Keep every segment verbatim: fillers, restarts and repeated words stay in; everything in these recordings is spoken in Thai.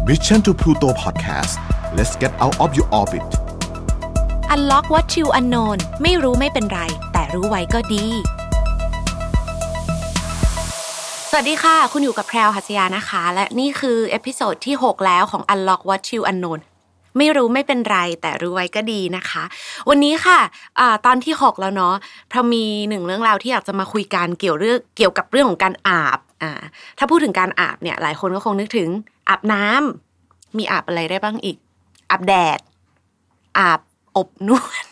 Mission to Pluto Podcast let's get out of your orbit Unlock what you unknown ไม่รู้ไม่เป็นไรแต่รู้ไว้ก็ดีสวัสดีค่ะคุณอยู่กับแพรวหัสยานะคะและนี่คือเอพิโซดที่หกแล้วของ Unlock what you unknown ไม่รู้ไม่เป็นไรแต่รู้ไว้ก็ดีนะคะวันนี้ค่ะอ่าตอนที่หกแล้วเนาะเพราะมีหนึ่งเรื่องราวที่อยากจะมาคุยกันเกี่ยวเรื่องเกี่ยวกับเรื่องของการอาบอ่าถ้าพูดถึงการอาบเนี่ยหลายคนก็คงนึกถึงอาบน้ำมีอาบอะไรได้บ้างอีกอาบแดดอาบอบนวด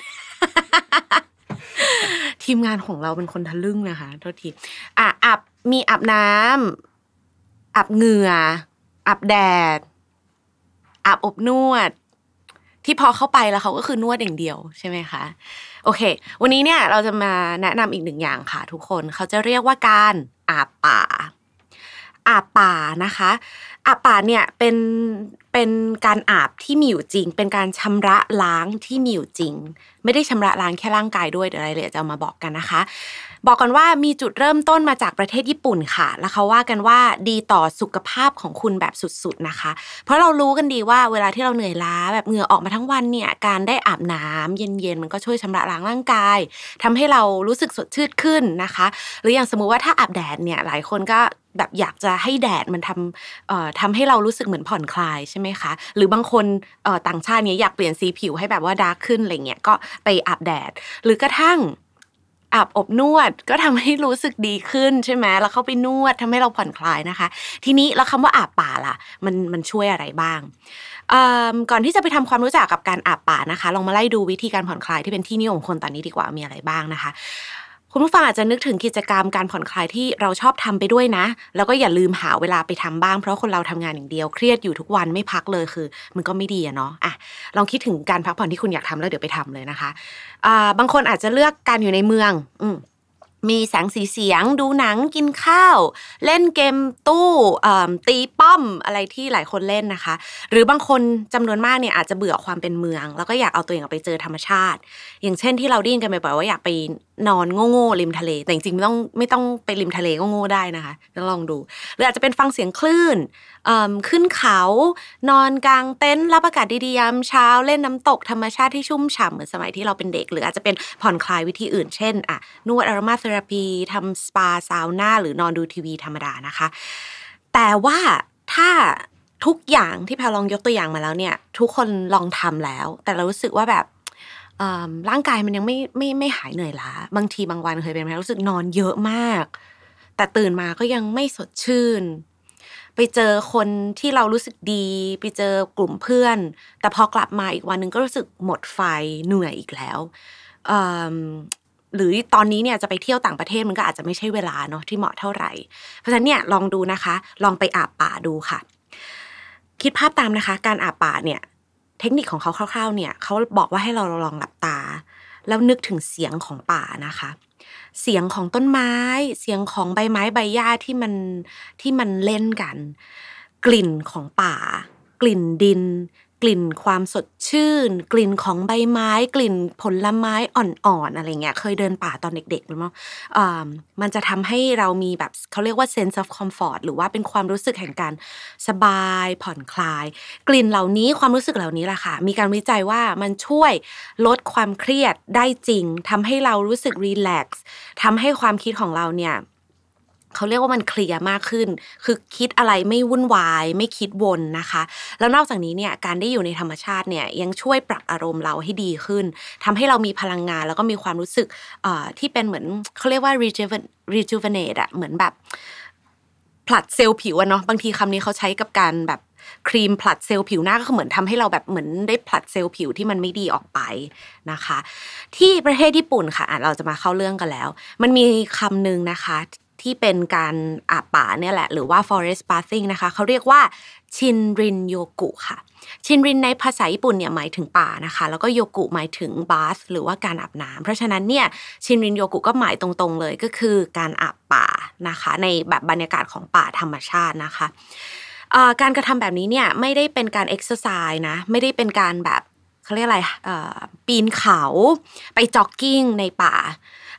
ทีมงานของเราเป็นคนทะลึ่งนะคะโทษทีอ่ะอาบมีอาบน้ำอาบเหงื่ออาบแดดอาบอบนวดที่พอเข้าไปแล้วเขาก็คือนวดอย่างเดียวใช่ไหมคะโอเควันนี้เนี่ยเราจะมาแนะนำอีกหนึ่งอย่างค่ะทุกคนเขาจะเรียกว่าการอาบป่าอาบป่านะคะอาบป่าเนี่ยเป็นเป็นการอาบที่มีอยู่จริงเป็นการชำระล้างที่มีอยู่จริงไม่ได้ชำระล้างแค่ร่างกายด้วยเดี๋ยวรายละเอียดจะเอามาบอกกันนะคะบอกกันว่ามีจุดเริ่มต้นมาจากประเทศญี่ปุ่นค่ะแล้วเขาว่ากันว่าดีต่อสุขภาพของคุณแบบสุดๆนะคะเพราะเรารู้กันดีว่าเวลาที่เราเหนื่อยล้าแบบเหงื่อออกมาทั้งวันเนี่ยการได้อาบน้ำเย็นๆมันก็ช่วยชำระล้างร่างกายทำให้เรารู้สึกสดชื่นขึ้นนะคะหรืออย่างสมมุติว่าถ้าอาบแดดเนี่ยหลายคนก็แบบอยากจะให้แดดมันทำเอ่อทำให้เรารู้สึกเหมือนผ่อนคลายใช่ไหมคะหรือบางคนเอ่อต่างชาติเนี่ยอยากเปลี่ยนสีผิวให้แบบว่าดาร์กขึ้นอะไรเงี้ยก็ไปอาบแดดหรือกระทั่งอาบอบนวดก็ทำให้รู้สึกดีขึ้นใช่ไหมแล้วเข้าไปนวดทำให้เราผ่อนคลายนะคะทีนี้แล้วคำว่าอาบป่าล่ะมันมันช่วยอะไรบ้างก่อนที่จะไปทำความรู้จักกับการอาบป่านะคะลองมาไล่ดูวิธีการผ่อนคลายที่เป็นที่นิยมของคนตอนนี้ดีกว่ามีอะไรบ้างนะคะคุณผู้ฟังอาจจะนึกถึงกิจกรรมการผ่อนคลายที่เราชอบทำไปด้วยนะแล้วก็อย่าลืมหาเวลาไปทำบ้างเพราะคนเราทำงานอย่างเดียวเครียดอยู่ทุกวันไม่พักเลยคือมันก็ไม่ดีอะเนาะอ่ะลองคิดถึงการพักผ่อนที่คุณอยากทำแล้วเดี๋ยวไปทำเลยนะคะอ่าบางคนอาจจะเลือกการอยู่ในเมืองอืมมีแสงสีเสียงดูหนังกินข้าวเล่นเกมตู้ตีป้อมอะไรที่หลายคนเล่นนะคะหรือบางคนจำนวนมากเนี่ยอาจจะเบื่อความเป็นเมืองแล้วก็อยากเอาตัวเองออกไปเจอธรรมชาติอย่างเช่นที่เราได้ยินกันบ่อยๆว่าอยากไปนอนโง่ๆริมทะเลแต่จริงๆไม่ต้องไม่ต้องไปริมทะเลก็โง่ได้นะคะลองดูหรืออาจจะเป็นฟังเสียงคลื่นขึ้นเขานอนกลางเต็นท์รับอากาศดีๆยามเช้าเล่นน้ำตกธรรมชาติที่ชุ่มฉ่ำเหมือนสมัยที่เราเป็นเด็กหรืออาจจะเป็นผ่อนคลายวิธีอื่นเช่นอ่ะนวดอะโรมาเทอราพีทำสปาซาวน่าหรือนอนดูทีวีธรรมดานะคะแต่ว่าถ้าทุกอย่างที่แพรลองยกตัวอย่างมาแล้วเนี่ยทุกคนลองทำแล้วแต่เรารู้สึกว่าแบบร่างกายมันยังไม่ไม่ไม่หายเหนื่อยล้าบางทีบางวันเคยเป็นไหมรู้สึกนอนเยอะมากแต่ตื่นมาก็ยังไม่สดชื่นไปเจอคนที่เรารู้สึกดีไปเจอกลุ่มเพื่อนแต่พอกลับมาอีกวันนึงก็รู้สึกหมดไฟเหนื่อยอีกแล้วหรือตอนนี้เนี่ยจะไปเที่ยวต่างประเทศมันก็อาจจะไม่ใช่เวลาเนาะที่เหมาะเท่าไหร่เพราะฉะนั้นเนี่ยลองดูนะคะลองไปอาบป่าดูค่ะคิดภาพตามนะคะการอาบป่าเนี่ยเทคนิคของเขาคร่าวๆเนี่ยเขาบอกว่าให้เราลองหลับตาแล้วนึกถึงเสียงของป่านะคะเสียงของต้นไม้เสียงของใบไม้ใบหญ้าที่มันที่มันเล่นกันกลิ่นของป่ากลิ่นดินกลิ่นความสดชื่นกลิ่นของใบไม้กลิ่นผลไม้อ่อนๆอะไรเงี้ยเคยเดินป่าตอนเด็กๆหรือเปล่าอ่ามันจะทำให้เรามีแบบเขาเรียกว่า sense of comfort หรือว่าเป็นความรู้สึกแห่งการสบายผ่อนคลายกลิ่นเหล่านี้ความรู้สึกเหล่านี้แหละค่ะมีการวิจัยว่ามันช่วยลดความเครียดได้จริงทำให้เรารู้สึก relax ทำให้ความคิดของเราเนี่ยเขาเรียกว่ามันเคลียร์มากขึ้นคือคิดอะไรไม่วุ่นวายไม่คิดวนนะคะแล้วนอกจากนี้เนี่ยการได้อยู่ในธรรมชาติเนี่ยยังช่วยปรับอารมณ์เราให้ดีขึ้นทำให้เรามีพลังงานแล้วก็มีความรู้สึกเอ่อที่เป็นเหมือนเขาเรียกว่า rejuvenate อะเหมือนแบบผลัดเซลล์ผิวอะเนาะบางทีคำนี้เขาใช้กับการแบบครีมผลัดเซลล์ผิวหน้าก็เหมือนทำให้เราแบบเหมือนได้ผลัดเซลล์ผิวที่มันไม่ดีออกไปนะคะที่ประเทศญี่ปุ่นค่ะเราจะมาเข้าเรื่องกันแล้วมันมีคำนึงนะคะที่เป็นการอาบป่าเนี่ยแหละหรือว่า forest bathing นะคะเขาเรียกว่าชินรินโยกุค่ะชินรินในภาษาญี่ปุ่นเนี่ยหมายถึงป่านะคะแล้วก็โยกุหมายถึง bath หรือว่าการอาบน้ำเพราะฉะนั้นเนี่ยชินรินโยกุก็หมายตรงๆเลยก็คือการอาบป่านะคะในแบบบรรยากาศของป่าธรรมชาตินะคะการกระทำแบบนี้เนี่ยไม่ได้เป็นการ exercise นะไม่ได้เป็นการแบบเขาเรียกอะไรปีนเขาไปจ็อกกิ้งในป่า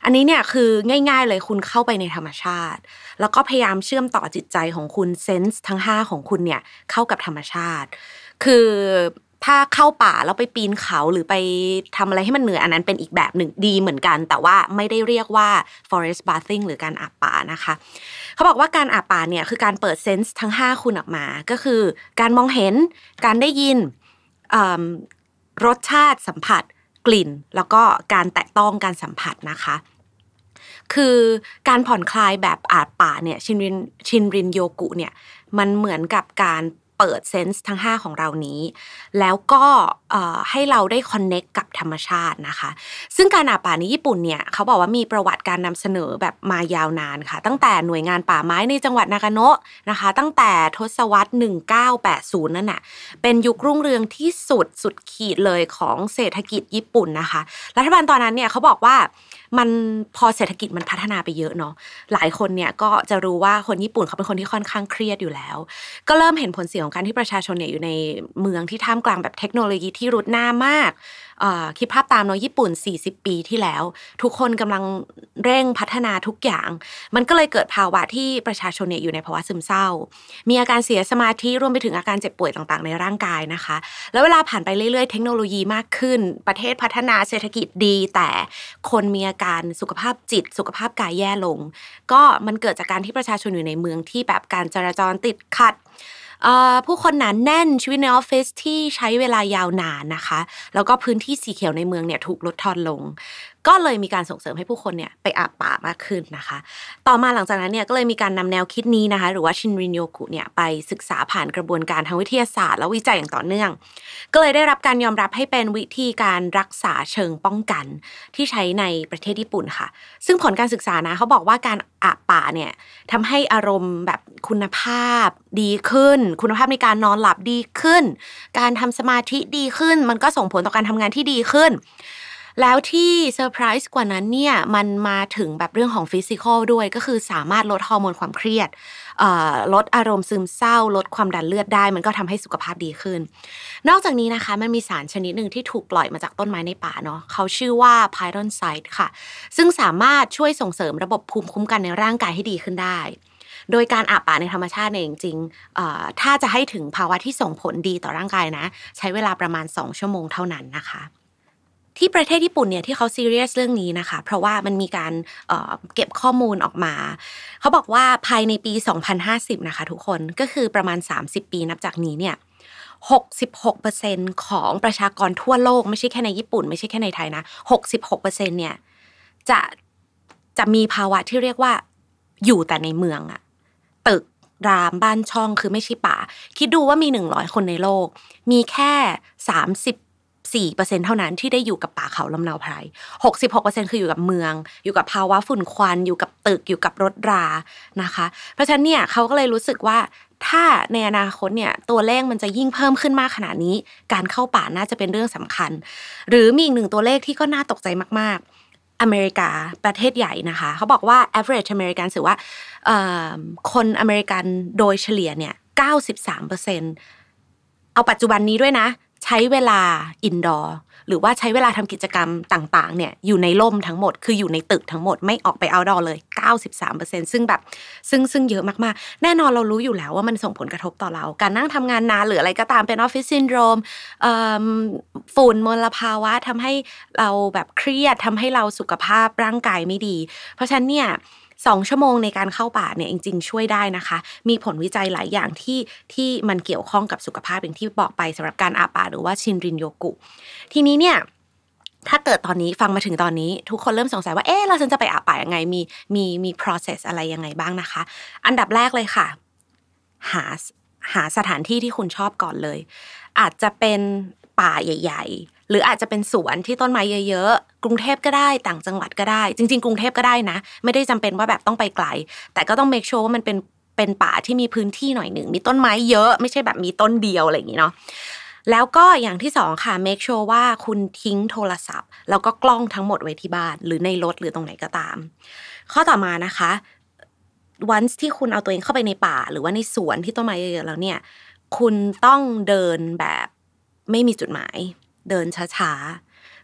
อันนี้เนี่ยคือง่ายๆเลยคุณเข้าไปในธรรมชาติแล้วก็พยายามเชื่อมต่อจิตใจของคุณเซนส์ทั้งห้าของคุณเนี่ยเข้ากับธรรมชาติคือถ้าเข้าป่าแล้วไปปีนเขาหรือไปทำอะไรให้มันเหนื่อยอันนั้นเป็นอีกแบบหนึ่งดีเหมือนกันแต่ว่าไม่ได้เรียกว่า forest bathing หรือการอาบป่านะคะเขาบอกว่าการอาบป่าเนี่ยคือการเปิดเซนส์ทั้งห้าคุณออกมาก็คือการมองเห็นการได้ยินรสชาติสัมผัสกลิ่นแล้วก็การแตะต้องการสัมผัสนะคะคือการผ่อนคลายแบบอาบป่าเนี่ยชินรินชินรินโยกุเนี่ยมันเหมือนกับการเปิดเซนส์ทั้งห้าของเรานี้แล้วก็ให้เราได้คอนเนคกับธรรมชาตินะคะซึ่งการอาบป่าในญี่ปุ่นเนี่ยเขาบอกว่ามีประวัติการนำเสนอแบบมายาวนานค่ะตั้งแต่หน่วยงานป่าไม้ในจังหวัดนากาโนะนะคะตั้งแต่ทศวรรษหนึ่งพันเก้าร้อยแปดสิบนั่นน่ะเป็นยุครุ่งเรืองที่สุดสุดขีดเลยของเศรษฐกิจญี่ปุ่นนะคะรัฐบาลตอนนั้นเนี่ยเขาบอกว่ามันพอเศรษฐกิจมันพัฒนาไปเยอะเนาะหลายคนเนี่ยก็จะรู้ว่าคนญี่ปุ่นเขาเป็นคนที่ค่อนข้างเครียดอยู่แล้วก็เริ่มเห็นผลเสียของการที่ประชาชนเนี่ยอยู่ในเมืองที่ท่ามกลางแบบเทคโนโลยีที่รุดหน้ามากเอ่อคิดภาพตามเนาะญี่ปุ่นสี่สิบปีที่แล้วทุกคนกำลังเร่งพัฒนาทุกอย่างมันก็เลยเกิดภาวะที่ประชาชนเนี่ยอยู่ในภาวะซึมเศร้ามีอาการเสียสมาธิรวมไปถึงอาการเจ็บป่วยต่างๆในร่างกายนะคะแล้วเวลาผ่านไปเรื่อยๆเทคโนโลยีมากขึ้นประเทศพัฒนาเศรษฐกิจดีแต่คนมีอาการสุขภาพจิตสุขภาพกายแย่ลงก็มันเกิดจากการที่ประชาชนอยู่ในเมืองที่แบบการจราจรติดขัดผู้คนหนาแน่นชีวิตในออฟฟิศที่ใช้เวลายาวนานนะคะแล้วก็พื้นที่สีเขียวในเมืองเนี่ยถูกลดทอนลงก็เลยมีการส่งเสริมให้ผู้คนเนี่ยไปอาบป่ามากขึ้นนะคะต่อมาหลังจากนั้นเนี่ยก็เลยมีการนำแนวคิดนี้นะคะหรือว่าชินรินโยกุเนี่ยไปศึกษาผ่านกระบวนการทางวิทยาศาสตร์และวิจัยอย่างต่อเนื่องก็เลยได้รับการยอมรับให้เป็นวิธีการรักษาเชิงป้องกันที่ใช้ในประเทศญี่ปุ่นค่ะซึ่งผลการศึกษานะเขาบอกว่าการอาบป่าเนี่ยทำให้อารมณ์แบบคุณภาพดีขึ้นคุณภาพในการนอนหลับดีขึ้นการทำสมาธิดีขึ้นมันก็ส่งผลต่อการทำงานที่ดีขึ้นแล้วที่เซอร์ไพรส์กว่านั้นเนี่ยมันมาถึงแบบเรื่องของฟิสิกอลด้วยก็คือสามารถลดฮอร์โมนความเครียดลดอารมณ์ซึมเศร้าลดความดันเลือดได้มันก็ทำให้สุขภาพดีขึ้นนอกจากนี้นะคะมันมีสารชนิดหนึ่งที่ถูกปล่อยมาจากต้นไม้ในป่าเนาะเขาชื่อว่าไพรอนไซด์ค่ะซึ่งสามารถช่วยส่งเสริมระบบภูมิคุ้มกันในร่างกายให้ดีขึ้นได้โดยการอาบป่าในธรรมชาติเนี่ยจริงๆถ้าจะให้ถึงภาวะที่ส่งผลดีต่อร่างกายนะใช้เวลาประมาณสองชั่วโมงเท่านั้นนะคะที่ประเทศญี่ปุ่นเนี่ยที่เขาซีเรียสเรื่องนี้นะคะเพราะว่ามันมีการเอ่อเก็บข้อมูลออกมาเขาบอกว่าภายในปีสองพันห้าสิบนะคะทุกคนก็คือประมาณสามสิบปีนับจากนี้เนี่ย หกสิบหกเปอร์เซ็นต์ ของประชากรทั่วโลกไม่ใช่แค่ในญี่ปุ่นไม่ใช่แค่ในไทยนะ หกสิบหกเปอร์เซ็นต์ เนี่ยจะจะมีภาวะที่เรียกว่าอยู่แต่ในเมืองอะตึกรามบ้านช่องคือไม่ใช่ป่าคิดดูว่ามีหนึ่งร้อยคนในโลกมีแค่สามสิบสี่เปอร์เซ็นต์ เท่านั้นที่ได้อยู่กับป่าเขาลำเนาไพร หกสิบหกเปอร์เซ็นต์ คืออยู่กับเมืองอยู่กับภาวะฝุ่นควันอยู่กับตึกอยู่กับรถรานะคะเพราะฉะนั้นเนี่ยเขาก็เลยรู้สึกว่าถ้าในอนาคตเนี่ยตัวเลขมันจะยิ่งเพิ่มขึ้นมากขนาดนี้การเข้าป่าน่าจะเป็นเรื่องสำคัญหรือมีอีกหนึ่งตัวเลขที่ก็น่าตกใจมากๆอเมริกาประเทศใหญ่นะคะเขาบอกว่า average American ถือว่าคนอเมริกันโดยเฉลี่ยเนี่ยเก้าสิบสามเปอร์เซ็นต์ เอาปัจจุบันนี้ด้วยนะใช้เวลาอินดอร์หรือว่าใช้เวลาทำกิจกรรมต่างๆเนี่ยอยู่ในร่มทั้งหมดคืออยู่ในตึกทั้งหมดไม่ออกไปเอาท์ดอร์เลย เก้าสิบสามเปอร์เซ็นต์ ซึ่งแบบซึ่งซึ่งเยอะมากๆแน่นอนเรารู้อยู่แล้วว่ามันส่งผลกระทบต่อเราการนั่งทำงานนานหรืออะไรก็ตามเป็นออฟฟิศซินโดรมฝุ่นมลภาวะทำให้เราแบบเครียดทำให้เราสุขภาพร่างกายไม่ดีเพราะฉะนั้นเนี่ยสองชั่วโมงในการเข้าป่าเนี่ยจริงๆช่วยได้นะคะมีผลวิจัยหลายอย่างที่ที่มันเกี่ยวข้องกับสุขภาพอย่างที่บอกไปสำหรับการอาบป่าหรือว่าชินรินโยกุทีนี้เนี่ยถ้าเกิดตอนนี้ฟังมาถึงตอนนี้ทุกคนเริ่มสงสัยว่าเอ๊ะเราฉันจะไปอาบป่ายังไงมีมีมี process อะไรยังไงบ้างนะคะอันดับแรกเลยค่ะหาหาสถานที่ที่คุณชอบก่อนเลยอาจจะเป็นป่าใหญ่ๆหรืออาจจะเป็นสวนที่ต้นไม้เยอะๆกรุงเทพก็ได้ต่างจังหวัดก็ได้จริงๆกรุงเทพก็ได้นะไม่ได้จำเป็นว่าแบบต้องไปไกลแต่ก็ต้อง make sure ว่ามันเป็นเป็นป่าที่มีพื้นที่หน่อยหนึ่งมีต้นไม้เยอะไม่ใช่แบบมีต้นเดียวอะไรอย่างงี้เนาะแล้วก็อย่างที่สองค่ะ make sure ว่าคุณทิ้งโทรศัพท์แล้วก็กล้องทั้งหมดไว้ที่บ้านหรือในรถหรือตรงไหนก็ตามข้อต่อมานะคะ once ที่คุณเอาตัวเองเข้าไปในป่าหรือว่าในสวนที่ต้นไม้เยอะๆแล้วเนี่ยคุณต้องเดินแบบไม่มีจุดหมายเดินช้าๆ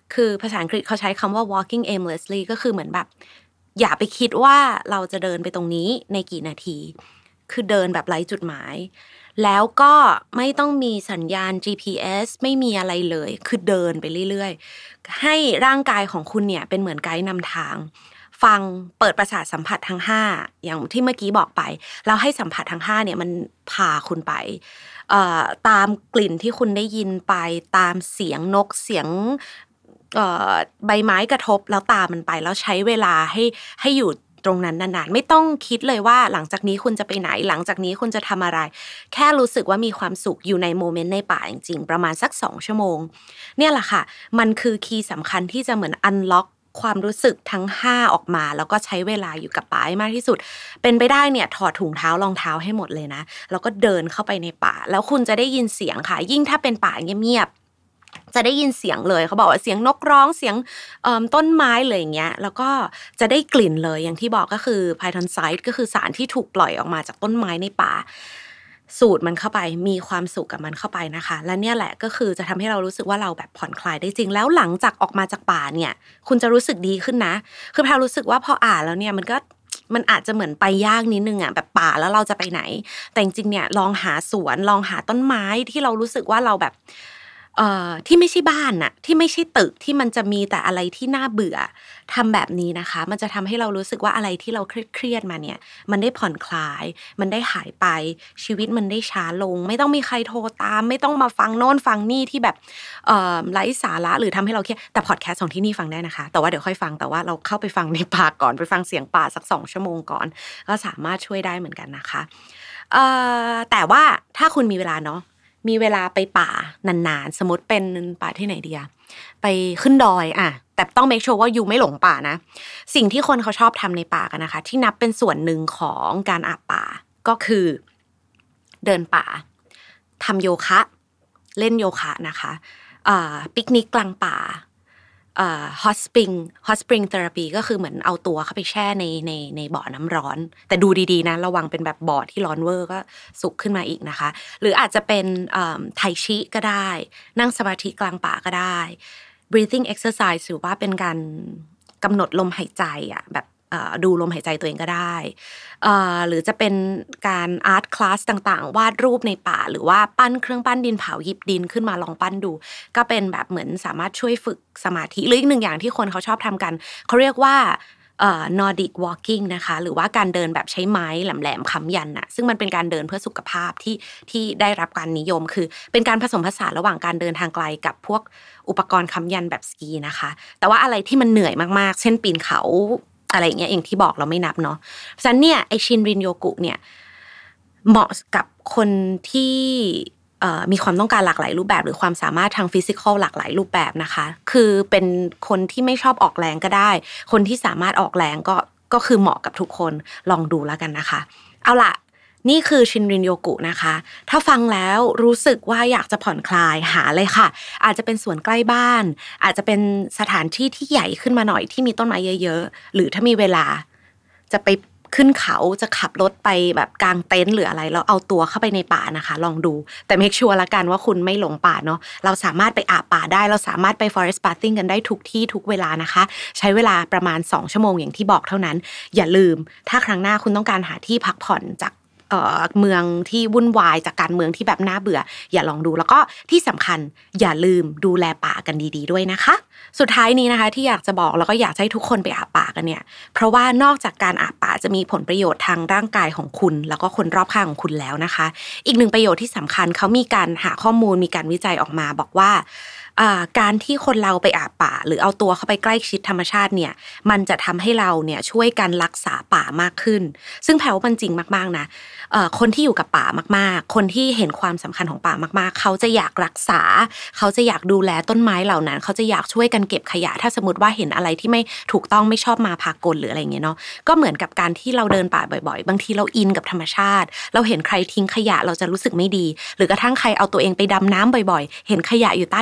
คือภาษาอังกฤษเขาใช้คำว่า walking aimlessly ก็คือเหมือนแบบอย่าไปคิดว่าเราจะเดินไปตรงนี้ในกี่นาทีคือเดินแบบไร้จุดหมายแล้วก็ไม่ต้องมีสัญญาณ จี พี เอส ไม่มีอะไรเลยคือเดินไปเรื่อยๆให้ร่างกายของคุณเนี่ยเป็นเหมือนไกด์นำทางฟังเปิดประสาทสัมผัสทั้งห้าอย่างที่เมื่อกี้บอกไปแล้วให้สัมผัสทั้งห้าเนี่ยมันพาคุณไปเอ่อตามกลิ่นที่คุณได้ยินไปตามเสียงนกเสียงเอ่อใบไม้กระทบแล้วตามมันไปแล้วใช้เวลาให้ให้อยู่ตรงนั้นนานๆไม่ต้องคิดเลยว่าหลังจากนี้คุณจะไปไหนหลังจากนี้คุณจะทำอะไรแค่รู้สึกว่ามีความสุขอยู่ในโมเมนต์ในป่าจริงๆประมาณสักสองชั่วโมงเนี่ยแหละค่ะมันคือคีย์สำคัญที่จะเหมือนอันล็อกความรู้สึกทั้งห้าออกมาแล้วก็ใช้เวลาอยู่กับป่าให้มากที่สุดเป็นไปได้เนี่ยถอดถุงเท้ารองเท้าให้หมดเลยนะแล้วก็เดินเข้าไปในป่าแล้วคุณจะได้ยินเสียงค่ะยิ่งถ้าเป็นป่าเงียบๆจะได้ยินเสียงเลยเขาบอกว่าเสียงนกร้องเสียงต้นไม้เลยอย่างเงี้ยแล้วก็จะได้กลิ่นเลยอย่างที่บอกก็คือไพทอนไซด์ก็คือสารที่ถูกปล่อยออกมาจากต้นไม้ในป่าสูดมันเข้าไปมีความสุขกับมันเข้าไปนะคะและเนี่ยแหละก็คือจะทำให้เรารู้สึกว่าเราแบบผ่อนคลายได้จริงแล้วหลังจากออกมาจากป่าเนี่ยคุณจะรู้สึกดีขึ้นนะคือแพรรู้สึกว่าพออ่านแล้วเนี่ยมันก็มันอาจจะเหมือนไปยากนิดนึงอ่ะแบบป่าแล้วเราจะไปไหนแต่จริงๆเนี่ยลองหาสวนลองหาต้นไม้ที่เรารู้สึกว่าเราแบบเอ่อที่ไม่ใช่บ้านน่ะที่ไม่ใช่ตึกที่มันจะมีแต่อะไรที่น่าเบื่อทำแบบนี้นะคะมันจะทำให้เรารู้สึกว่าอะไรที่เราเครียดๆมาเนี่ยมันได้ผ่อนคลายมันได้หายไปชีวิตมันได้ช้าลงไม่ต้องมีใครโทรตามไม่ต้องมาฟังโน่นฟังนี่ที่แบบเอ่อไร้สาระหรือทำให้เราเครียดแต่พอดแคสต์ของที่นี่ฟังได้นะคะแต่ว่าเดี๋ยวค่อยฟังแต่ว่าเราเข้าไปฟังในป่าก่อนไปฟังเสียงป่าสักสองชั่วโมงก่อนก็สามารถช่วยได้เหมือนกันนะคะเอ่อแต่ว่าถ้าคุณมีเวลาเนาะมีเวลาไปป่านานๆสมมติเป็นป่าที่ไหนดีอะไปขึ้นดอยอะแต่ต้อง make sure ว่ายูไม่หลงป่านะสิ่งที่คนเขาชอบทำในป่ากันนะคะที่นับเป็นส่วนหนึ่งของการอาบป่าก็คือเดินป่าทำโยคะเล่นโยคะนะคะอ่าปิกนิกกลางป่าเอ่อ hot spring hot spring therapy ก็คือเหมือนเอาตัวเข้าไปแช่ในในในบ่อน้ำร้อนแต่ดูดีๆนะระวังเป็นแบบบ่อที่ร้อนเวอร์ก็สุกขึ้นมาอีกนะคะหรืออาจจะเป็นไทชิก็ได้นั่งสมาธิกลางป่าก็ได้ breathing exercise หรือว่าเป็นการกำหนดลมหายใจอ่ะแบบดูลมหายใจตัวเองก็ได้หรือจะเป็นการอาร์ตคลาสต่างๆวาดรูปในป่าหรือว่าปั้นเครื่องปั้นดินเผาหยิบดินขึ้นมาลองปั้นดูก็เป็นแบบเหมือนสามารถช่วยฝึกสมาธิหรืออีกหนึ่งอย่างที่คนเขาชอบทำกันเขาเรียกว่าเอ่อ Nordic walking นะคะหรือว่าการเดินแบบใช้ไม้แหลมๆค้ำยันน่ะซึ่งมันเป็นการเดินเพื่อสุขภาพที่ที่ได้รับการนิยมคือเป็นการผสมผสานระหว่างการเดินทางไกลกับพวกอุปกรณ์ค้ำยันแบบสกีนะคะแต่ว่าอะไรที่มันเหนื่อยมากๆเช่นปีนเขาอะไรอย่างเงี้ยอย่างที่บอกเราไม่นับเนาะเพราะฉะนั้นเนี่ยไอชินรินโยกุเนี่ยเหมาะกับคนที่มีความต้องการหลากหลายรูปแบบหรือความสามารถทางฟิสิกอลหลากหลายรูปแบบนะคะคือเป็นคนที่ไม่ชอบออกแรงก็ได้คนที่สามารถออกแรงก็ก็คือเหมาะกับทุกคนลองดูแล้วกันนะคะเอาล่ะนี่คือชินรินโยกุนะคะถ้าฟังแล้วรู้สึกว่าอยากจะผ่อนคลายหาเลยค่ะอาจจะเป็นสวนใกล้บ้านอาจจะเป็นสถานที่ที่ใหญ่ขึ้นมาหน่อยที่มีต้นไม้เยอะๆหรือถ้ามีเวลาจะไปขึ้นเขาจะขับรถไปแบบกางเต็นท์หรืออะไรแล้วเอาตัวเข้าไปในป่านะคะลองดูแต่เมคชัวร์ละกันว่าคุณไม่หลงป่าเนาะเราสามารถไปอาบป่าได้เราสามารถไป forest bathing กันได้ทุกที่ทุกเวลานะคะใช้เวลาประมาณสองชั่วโมงอย่างที่บอกเท่านั้นอย่าลืมถ้าครั้งหน้าคุณต้องการหาที่พักผ่อนจากเอ่อเมืองที่วุ่นวายจากการเมืองที่แบบน่าเบื่ออย่าลองดูแล้วก็ที่สำคัญอย่าลืมดูแลป่ากันดีๆด้วยนะคะสุดท้ายนี้นะคะที่อยากจะบอกแล้วก็อยากให้ทุกคนไปอาบป่ากันเนี่ยเพราะว่านอกจากการอาบป่าจะมีผลประโยชน์ทางร่างกายของคุณแล้วก็คนรอบข้างของคุณแล้วนะคะอีกหนึ่งประโยชน์ที่สำคัญเขามีการหาข้อมูลมีการวิจัยออกมาบอกว่าการที่คนเราไปอาบป่าหรือเอาตัวเข้าไปใกล้ชิดธรรมชาติเนี่ยมันจะทำให้เราเนี่ยช่วยกันรักษาป่ามากขึ้นซึ่งแปลว่ามันจริงมากๆนะคนที่อยู่กับป่ามากๆคนที่เห็นความสำคัญของป่ามากๆเขาจะอยากรักษาเขาจะอยากดูแลต้นไม้เหล่านั้นเขาจะอยากช่วยกันเก็บขยะถ้าสมมติว่าเห็นอะไรที่ไม่ถูกต้องไม่ชอบมาพากลหรืออะไรเงี้ยเนาะก็เหมือนกับการที่เราเดินป่าบ่อยๆบางทีเราอินกับธรรมชาติเราเห็นใครทิ้งขยะเราจะรู้สึกไม่ดีหรือกระทั่งใครเอาตัวเองไปดำน้ำบ่อยๆเห็นขยะอยู่ใต้ทะเล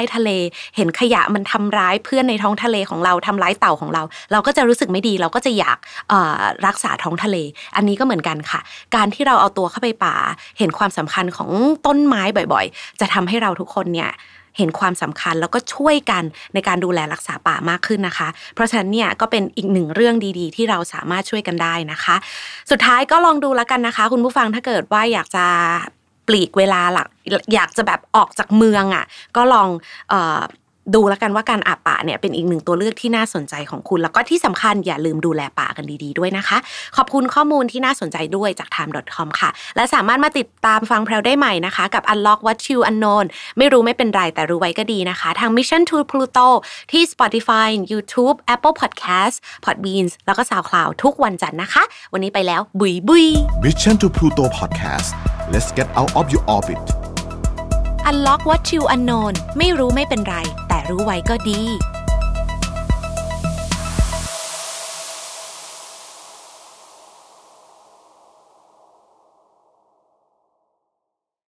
เห็นขยะมันทำร้ายเพื่อนในท้องทะเลของเราทำร้ายเต่าของเราเราก็จะรู้สึกไม่ดีเราก็จะอยากเอ่อรักษาท้องทะเลอันนี้ก็เหมือนกันค่ะการที่เราเอาตัวเข้าไปป่าเห็นความสำคัญของต้นไม้บ่อยๆจะทำให้เราทุกคนเนี่ยเห็นความสำคัญแล้วก็ช่วยกันในการดูแลรักษาป่ามากขึ้นนะคะเพราะฉะนั้นเนี่ยก็เป็นอีกหนึ่งเรื่องดีๆที่เราสามารถช่วยกันได้นะคะสุดท้ายก็ลองดูแล้วกันนะคะคุณผู้ฟังถ้าเกิดว่าอยากจะปลีกเวลาหลักอยากจะแบบออกจากเมืองอ่ะก็ลองเอ่อดูแล้วกันว่าการอาบป่าเนี่ยเป็นอีกหนึ่งตัวเลือกที่น่าสนใจของคุณแล้วก็ที่สำคัญอย่าลืมดูแลป่ากันดีๆด้วยนะคะขอบคุณข้อมูลที่น่าสนใจด้วยจาก ไทม์ ดอท คอม ค่ะและสามารถมาติดตามฟังแพรวได้ใหม่นะคะกับ Unlock What You Unknown ไม่รู้ไม่เป็นไรแต่รู้ไว้ก็ดีนะคะทาง Mission to Pluto ที่ Spotify YouTube Apple Podcast Podbean แล้วก็ SoundCloud ทุกวันจันทร์นะคะวันนี้ไปแล้วบุยบุย Mission to Pluto Podcast Let's get out of your orbit Unlock What You Unknown ไม่รู้ไม่เป็นไรแต่รู้ไว้ก็ดี